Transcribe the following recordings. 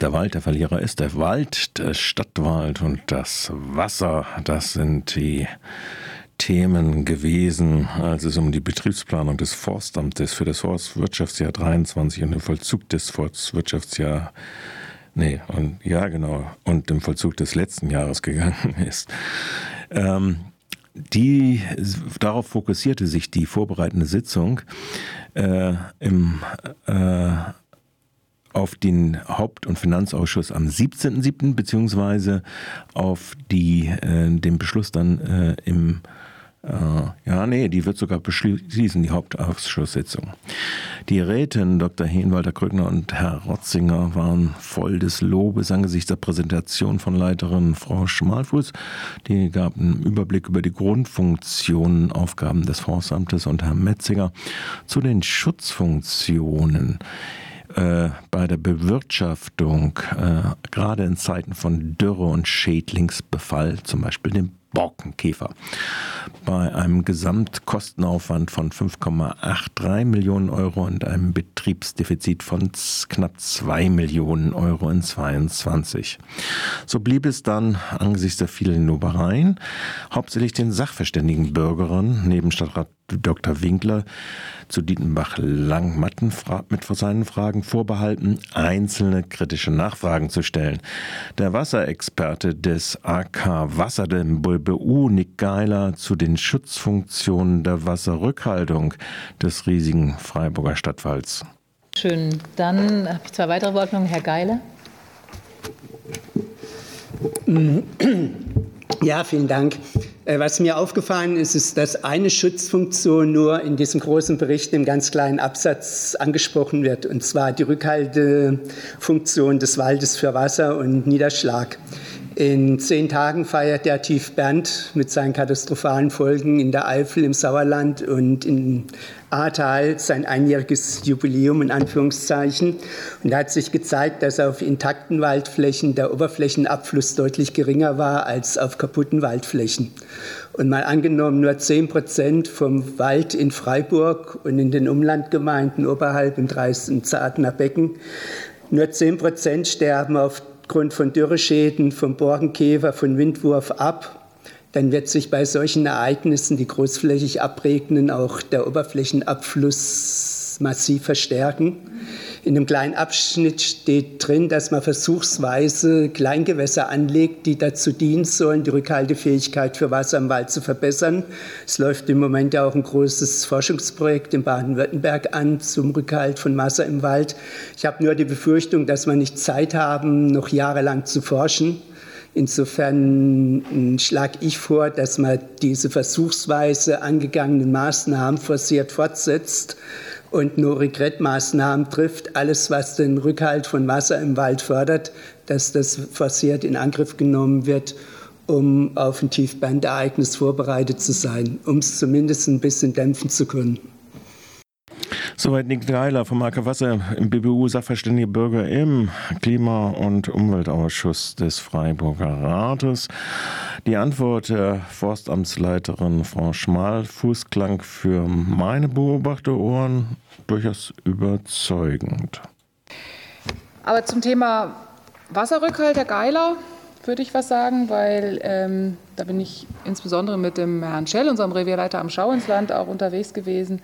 der Wald der Verlierer ist. Der Wald, der Stadtwald und das Wasser, das sind die Themen gewesen, als es um die Betriebsplanung des Forstamtes für das Forstwirtschaftsjahr 23 und den Vollzug des Forstwirtschaftsjahr und dem Vollzug des letzten Jahres gegangen ist. Darauf fokussierte sich die vorbereitende Sitzung auf den Haupt- und Finanzausschuss am 17.07. beziehungsweise auf den Beschluss dann die wird sogar beschließen, die Hauptausschusssitzung. Die Rätin Dr. Henwalter Krögner und Herr Rotzinger waren voll des Lobes angesichts der Präsentation von Leiterin Frau Schmalfuß. Die gab einen Überblick über die Grundfunktionen, Aufgaben des Forstamtes, und Herr Metzinger zu den Schutzfunktionen bei der Bewirtschaftung, gerade in Zeiten von Dürre und Schädlingsbefall, zum Beispiel dem Borkenkäfer. Bei einem Gesamtkostenaufwand von 5,83 Millionen Euro und einem Betriebsdefizit von knapp 2 Millionen Euro in 2022. So blieb es dann angesichts der vielen Lobereien hauptsächlich den sachverständigen Bürgerinnen neben Stadtrat Dr. Winkler zu Dietenbach-Langmatten mit seinen Fragen vorbehalten, einzelne kritische Nachfragen zu stellen. Der Wasserexperte des AK Wasser, dem BBU, Nick Geiler, zu den Schutzfunktionen der Wasserrückhaltung des riesigen Freiburger Stadtwalds. Schön. Dann habe ich zwei weitere Wortmeldungen. Herr Geiler. Ja, vielen Dank. Was mir aufgefallen ist, ist, dass eine Schutzfunktion nur in diesem großen Bericht im ganz kleinen Absatz angesprochen wird, und zwar die Rückhaltefunktion des Waldes für Wasser und Niederschlag. In 10 Tagen feiert der Tief Bernd mit seinen katastrophalen Folgen in der Eifel, im Sauerland und im Ahrtal sein einjähriges Jubiläum in Anführungszeichen. Und da hat sich gezeigt, dass auf intakten Waldflächen der Oberflächenabfluss deutlich geringer war als auf kaputten Waldflächen. Und mal angenommen, nur 10% vom Wald in Freiburg und in den Umlandgemeinden oberhalb im Zartener Becken, nur 10% sterben aufgrund von Dürreschäden, vom Borkenkäfer, von Windwurf ab. Dann wird sich bei solchen Ereignissen, die großflächig abregnen, auch der Oberflächenabfluss massiv verstärken. In einem kleinen Abschnitt steht drin, dass man versuchsweise Kleingewässer anlegt, die dazu dienen sollen, die Rückhaltefähigkeit für Wasser im Wald zu verbessern. Es läuft im Moment ja auch ein großes Forschungsprojekt in Baden-Württemberg an zum Rückhalt von Wasser im Wald. Ich habe nur die Befürchtung, dass wir nicht Zeit haben, noch jahrelang zu forschen. Insofern schlage ich vor, dass man diese versuchsweise angegangenen Maßnahmen forciert fortsetzt und nur Regrettmaßnahmen trifft. Alles, was den Rückhalt von Wasser im Wald fördert, dass das forciert in Angriff genommen wird, um auf ein Tiefbandereignis vorbereitet zu sein, um es zumindest ein bisschen dämpfen zu können. Soweit Nick Geiler vom AK Wasser, im BBU Sachverständige Bürger im Klima- und Umweltausschuss des Freiburger Rates. Die Antwort der Forstamtsleiterin Frau Schmalfuß klang für meine Beobachterohren durchaus überzeugend. Aber zum Thema Wasserrückhalt, Herr Geiler, würde ich was sagen, weil da bin ich insbesondere mit dem Herrn Schell, unserem Revierleiter am Schauinsland, auch unterwegs gewesen.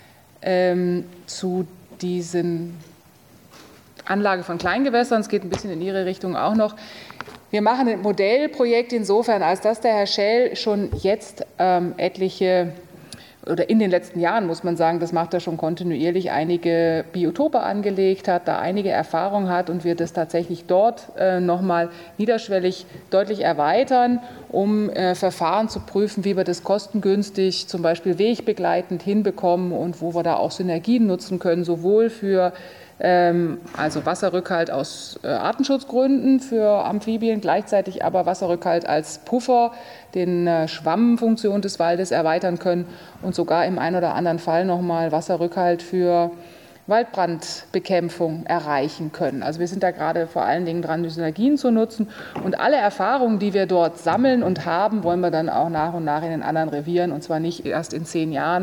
Zu diesen Anlage von Kleingewässern. Es geht ein bisschen in Ihre Richtung auch noch. Wir machen ein Modellprojekt insofern, als dass der Herr Schell schon jetzt etliche, oder in den letzten Jahren muss man sagen, das macht er schon kontinuierlich, einige Biotope angelegt hat, da einige Erfahrung hat und wir das tatsächlich dort nochmal niederschwellig deutlich erweitern, um Verfahren zu prüfen, wie wir das kostengünstig, zum Beispiel wegbegleitend hinbekommen und wo wir da auch Synergien nutzen können, sowohl für also Wasserrückhalt aus Artenschutzgründen für Amphibien, gleichzeitig aber Wasserrückhalt als Puffer, den Schwammfunktion des Waldes erweitern können und sogar im einen oder anderen Fall nochmal Wasserrückhalt für Waldbrandbekämpfung erreichen können. Also wir sind da gerade vor allen Dingen dran, die Synergien zu nutzen. Und alle Erfahrungen, die wir dort sammeln und haben, wollen wir dann auch nach und nach in den anderen Revieren, und zwar nicht erst in 10 Jahren,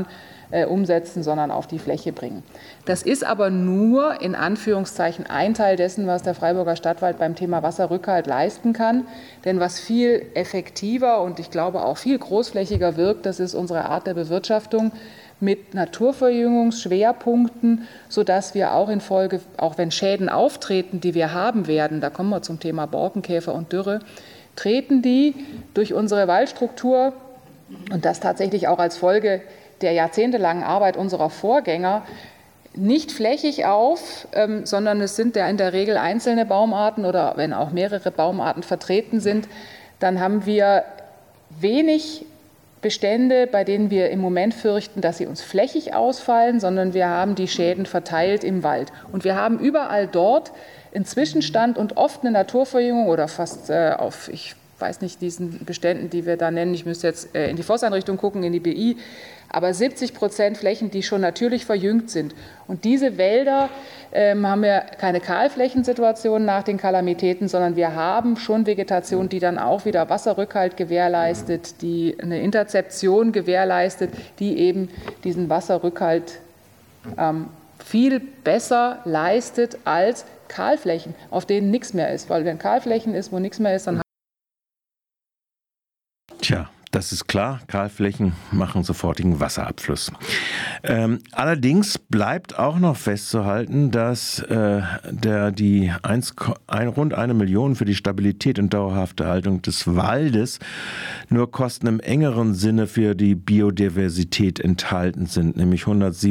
umsetzen, sondern auf die Fläche bringen. Das ist aber nur in Anführungszeichen ein Teil dessen, was der Freiburger Stadtwald beim Thema Wasserrückhalt leisten kann. Denn was viel effektiver und ich glaube auch viel großflächiger wirkt, das ist unsere Art der Bewirtschaftung mit Naturverjüngungsschwerpunkten, sodass wir auch in Folge, auch wenn Schäden auftreten, die wir haben werden, da kommen wir zum Thema Borkenkäfer und Dürre, treten die durch unsere Waldstruktur und das tatsächlich auch als Folge der jahrzehntelangen Arbeit unserer Vorgänger nicht flächig auf, sondern es sind ja in der Regel einzelne Baumarten oder wenn auch mehrere Baumarten vertreten sind, dann haben wir wenig Bestände, bei denen wir im Moment fürchten, dass sie uns flächig ausfallen, sondern wir haben die Schäden verteilt im Wald. Und wir haben überall dort einen Zwischenstand und oft eine Naturverjüngung oder fast auf, ich weiß nicht, diesen Beständen, die wir da nennen, ich müsste jetzt in die Forsteinrichtung gucken, in die BI, aber 70% Flächen, die schon natürlich verjüngt sind. Und diese Wälder haben wir keine Kahlflächensituation nach den Kalamitäten, sondern wir haben schon Vegetation, die dann auch wieder Wasserrückhalt gewährleistet, die eine Interzeption gewährleistet, die eben diesen Wasserrückhalt viel besser leistet als Kahlflächen, auf denen nichts mehr ist. Weil wenn Kahlflächen ist, wo nichts mehr ist, dann Tja, das ist klar, Kahlflächen machen sofortigen Wasserabfluss. Allerdings bleibt auch noch festzuhalten, dass rund 1 Million für die Stabilität und dauerhafte Erhaltung des Waldes nur Kosten im engeren Sinne für die Biodiversität enthalten sind, nämlich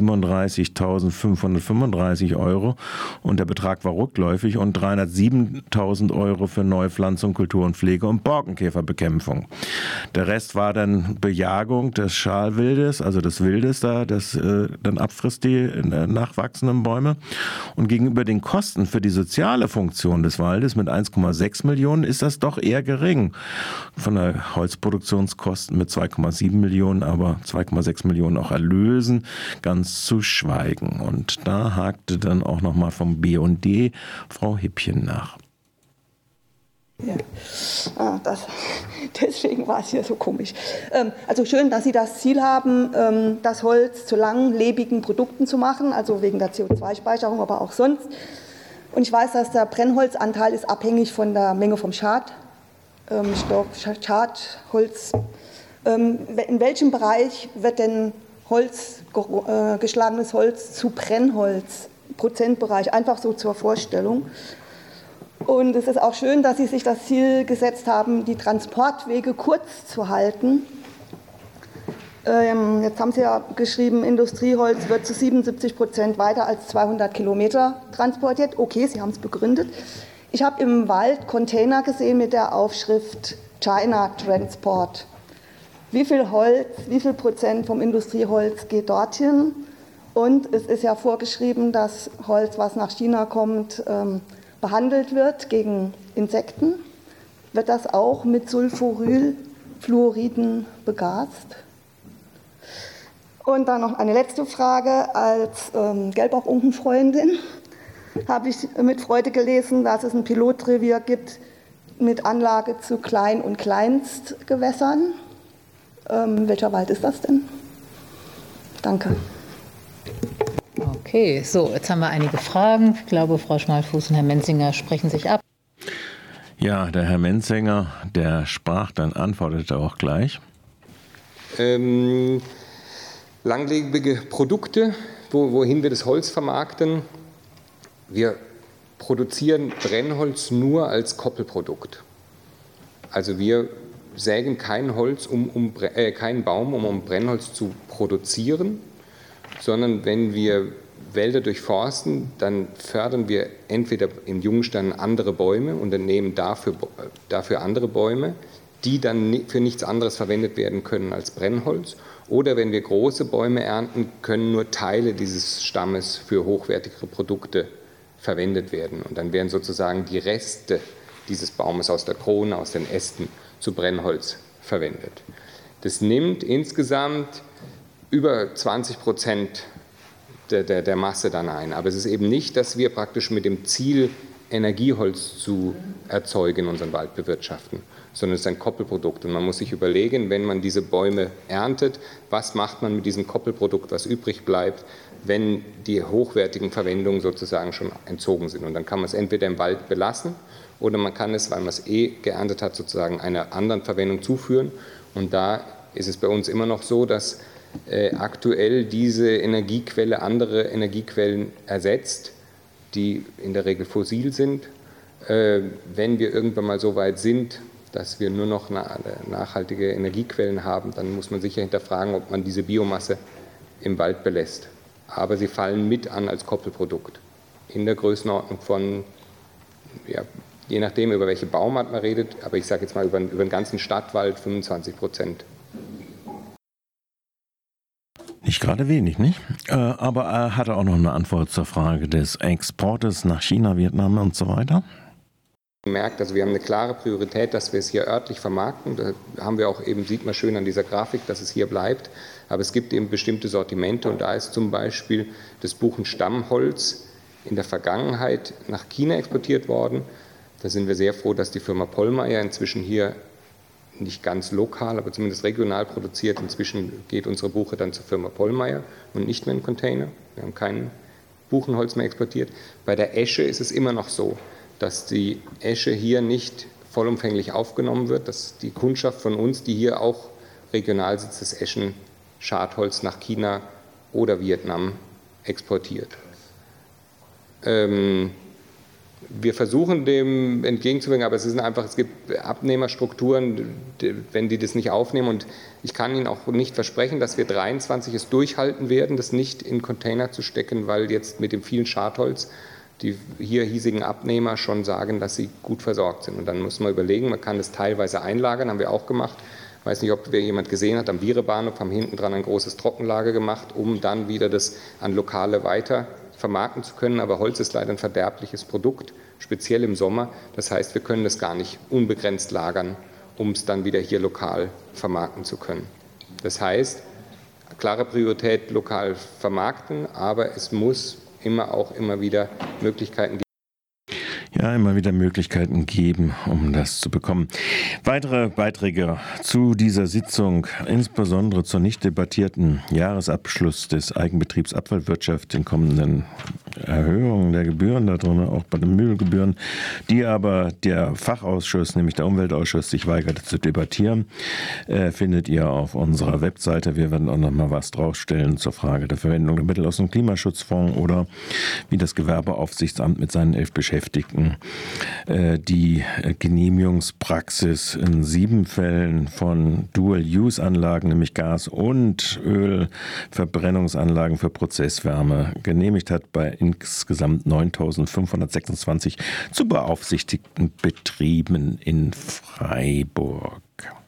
137.535 € und der Betrag war rückläufig und 307.000 € für Neupflanzung, Kultur und Pflege und Borkenkäferbekämpfung. Der Rest war dann Bejagung des Schalwildes, also des Wildes da, das dann abfrisst die nachwachsenden Bäume. Und gegenüber den Kosten für die soziale Funktion des Waldes mit 1,6 Millionen ist das doch eher gering. Von der Holzproduktionskosten mit 2,7 Millionen, aber 2,6 Millionen auch Erlösen, ganz zu schweigen. Und da hakte dann auch nochmal vom BD Frau Hippchen nach. Ja, deswegen war es hier so komisch. Also schön, dass Sie das Ziel haben, das Holz zu langlebigen Produkten zu machen, also wegen der CO2-Speicherung, aber auch sonst. Und ich weiß, dass der Brennholzanteil ist abhängig von der Menge vom Schadstoff, Schadholz. In welchem Bereich wird denn geschlagenes Holz zu Brennholz, Prozentbereich, einfach so zur Vorstellung? Und es ist auch schön, dass Sie sich das Ziel gesetzt haben, die Transportwege kurz zu halten. Jetzt haben Sie ja geschrieben, Industrieholz wird zu 77% weiter als 200 Kilometer transportiert. Okay, Sie haben es begründet. Ich habe im Wald Container gesehen mit der Aufschrift China Transport. Wie viel Prozent vom Industrieholz geht dorthin? Und es ist ja vorgeschrieben, dass Holz, was nach China kommt, behandelt wird gegen Insekten. Wird das auch mit Sulforylfluoriden begast? Und dann noch eine letzte Frage. Als Gelbauchunkenfreundin habe ich mit Freude gelesen, dass es ein Pilotrevier gibt mit Anlage zu Klein- und Kleinstgewässern. Welcher Wald ist das denn? Danke. Okay, so, jetzt haben wir einige Fragen. Ich glaube, Frau Schmalfuß und Herr Menzinger sprechen sich ab. Ja, der Herr Menzinger, der sprach dann, antwortete auch gleich. Langlebige Produkte, wohin wir das Holz vermarkten. Wir produzieren Brennholz nur als Koppelprodukt. Also wir sägen kein Baum, um Brennholz zu produzieren, sondern wenn wir Wälder durchforsten, dann fördern wir entweder in Jungständen andere Bäume und dann nehmen dafür andere Bäume, die dann für nichts anderes verwendet werden können als Brennholz. Oder wenn wir große Bäume ernten, können nur Teile dieses Stammes für hochwertigere Produkte verwendet werden. Und dann werden sozusagen die Reste dieses Baumes aus der Krone, aus den Ästen zu Brennholz verwendet. Das nimmt insgesamt über 20% der Masse dann ein. Aber es ist eben nicht, dass wir praktisch mit dem Ziel Energieholz zu erzeugen in unseren Waldbewirtschaften, sondern es ist ein Koppelprodukt. Und man muss sich überlegen, wenn man diese Bäume erntet, was macht man mit diesem Koppelprodukt, was übrig bleibt, wenn die hochwertigen Verwendungen sozusagen schon entzogen sind. Und dann kann man es entweder im Wald belassen oder man kann es, weil man es geerntet hat, sozusagen einer anderen Verwendung zuführen. Und da ist es bei uns immer noch so, dass aktuell diese Energiequelle andere Energiequellen ersetzt, die in der Regel fossil sind. Wenn wir irgendwann mal so weit sind, dass wir nur noch nachhaltige Energiequellen haben, dann muss man sicher hinterfragen, ob man diese Biomasse im Wald belässt. Aber sie fallen mit an als Koppelprodukt in der Größenordnung von, ja, je nachdem, über welche Baumart man redet, aber ich sage jetzt mal über den ganzen Stadtwald 25%. Nicht gerade wenig, nicht? Aber er hatte auch noch eine Antwort zur Frage des Exportes nach China, Vietnam und so weiter. Merkt, also wir haben eine klare Priorität, dass wir es hier örtlich vermarkten. Da haben wir auch eben, sieht man schön an dieser Grafik, dass es hier bleibt. Aber es gibt eben bestimmte Sortimente und da ist zum Beispiel das Buchenstammholz in der Vergangenheit nach China exportiert worden. Da sind wir sehr froh, dass die Firma Pollmeyer inzwischen hier nicht ganz lokal, aber zumindest regional produziert. Inzwischen geht unsere Buche dann zur Firma Pollmeyer und nicht mehr in Container. Wir haben kein Buchenholz mehr exportiert. Bei der Esche ist es immer noch so, dass die Esche hier nicht vollumfänglich aufgenommen wird, dass die Kundschaft von uns, die hier auch regional sitzt, das Eschen-Schadholz nach China oder Vietnam exportiert. Wir versuchen dem entgegenzuwirken, aber es gibt Abnehmerstrukturen, wenn die das nicht aufnehmen, und ich kann Ihnen auch nicht versprechen, dass wir 23 es durchhalten werden, das nicht in Container zu stecken, weil jetzt mit dem vielen Schadholz die hier hiesigen Abnehmer schon sagen, dass sie gut versorgt sind. Und dann muss man überlegen, man kann das teilweise einlagern, haben wir auch gemacht. Ich weiß nicht, ob jemand gesehen hat, am Bierebahnhof haben hinten dran ein großes Trockenlager gemacht, um dann wieder das an Lokale weiter vermarkten zu können. Aber Holz ist leider ein verderbliches Produkt, speziell im Sommer. Das heißt, wir können das gar nicht unbegrenzt lagern, um es dann wieder hier lokal vermarkten zu können. Das heißt, klare Priorität lokal vermarkten, aber es muss immer wieder Möglichkeiten geben. Ja, immer wieder Möglichkeiten geben, um das zu bekommen. Weitere Beiträge zu dieser Sitzung, insbesondere zur nicht debattierten Jahresabschluss des Eigenbetriebs Abfallwirtschaft, den kommenden Erhöhungen der Gebühren, da drin auch bei den Müllgebühren, die aber der Fachausschuss, nämlich der Umweltausschuss, sich weigerte zu debattieren, findet ihr auf unserer Webseite. Wir werden auch noch mal was draufstellen zur Frage der Verwendung der Mittel aus dem Klimaschutzfonds oder wie das Gewerbeaufsichtsamt mit seinen 11 Beschäftigten die Genehmigungspraxis in 7 Fällen von Dual-Use-Anlagen, nämlich Gas- und Ölverbrennungsanlagen für Prozesswärme, genehmigt hat bei insgesamt 9.526 zu beaufsichtigten Betrieben in Freiburg.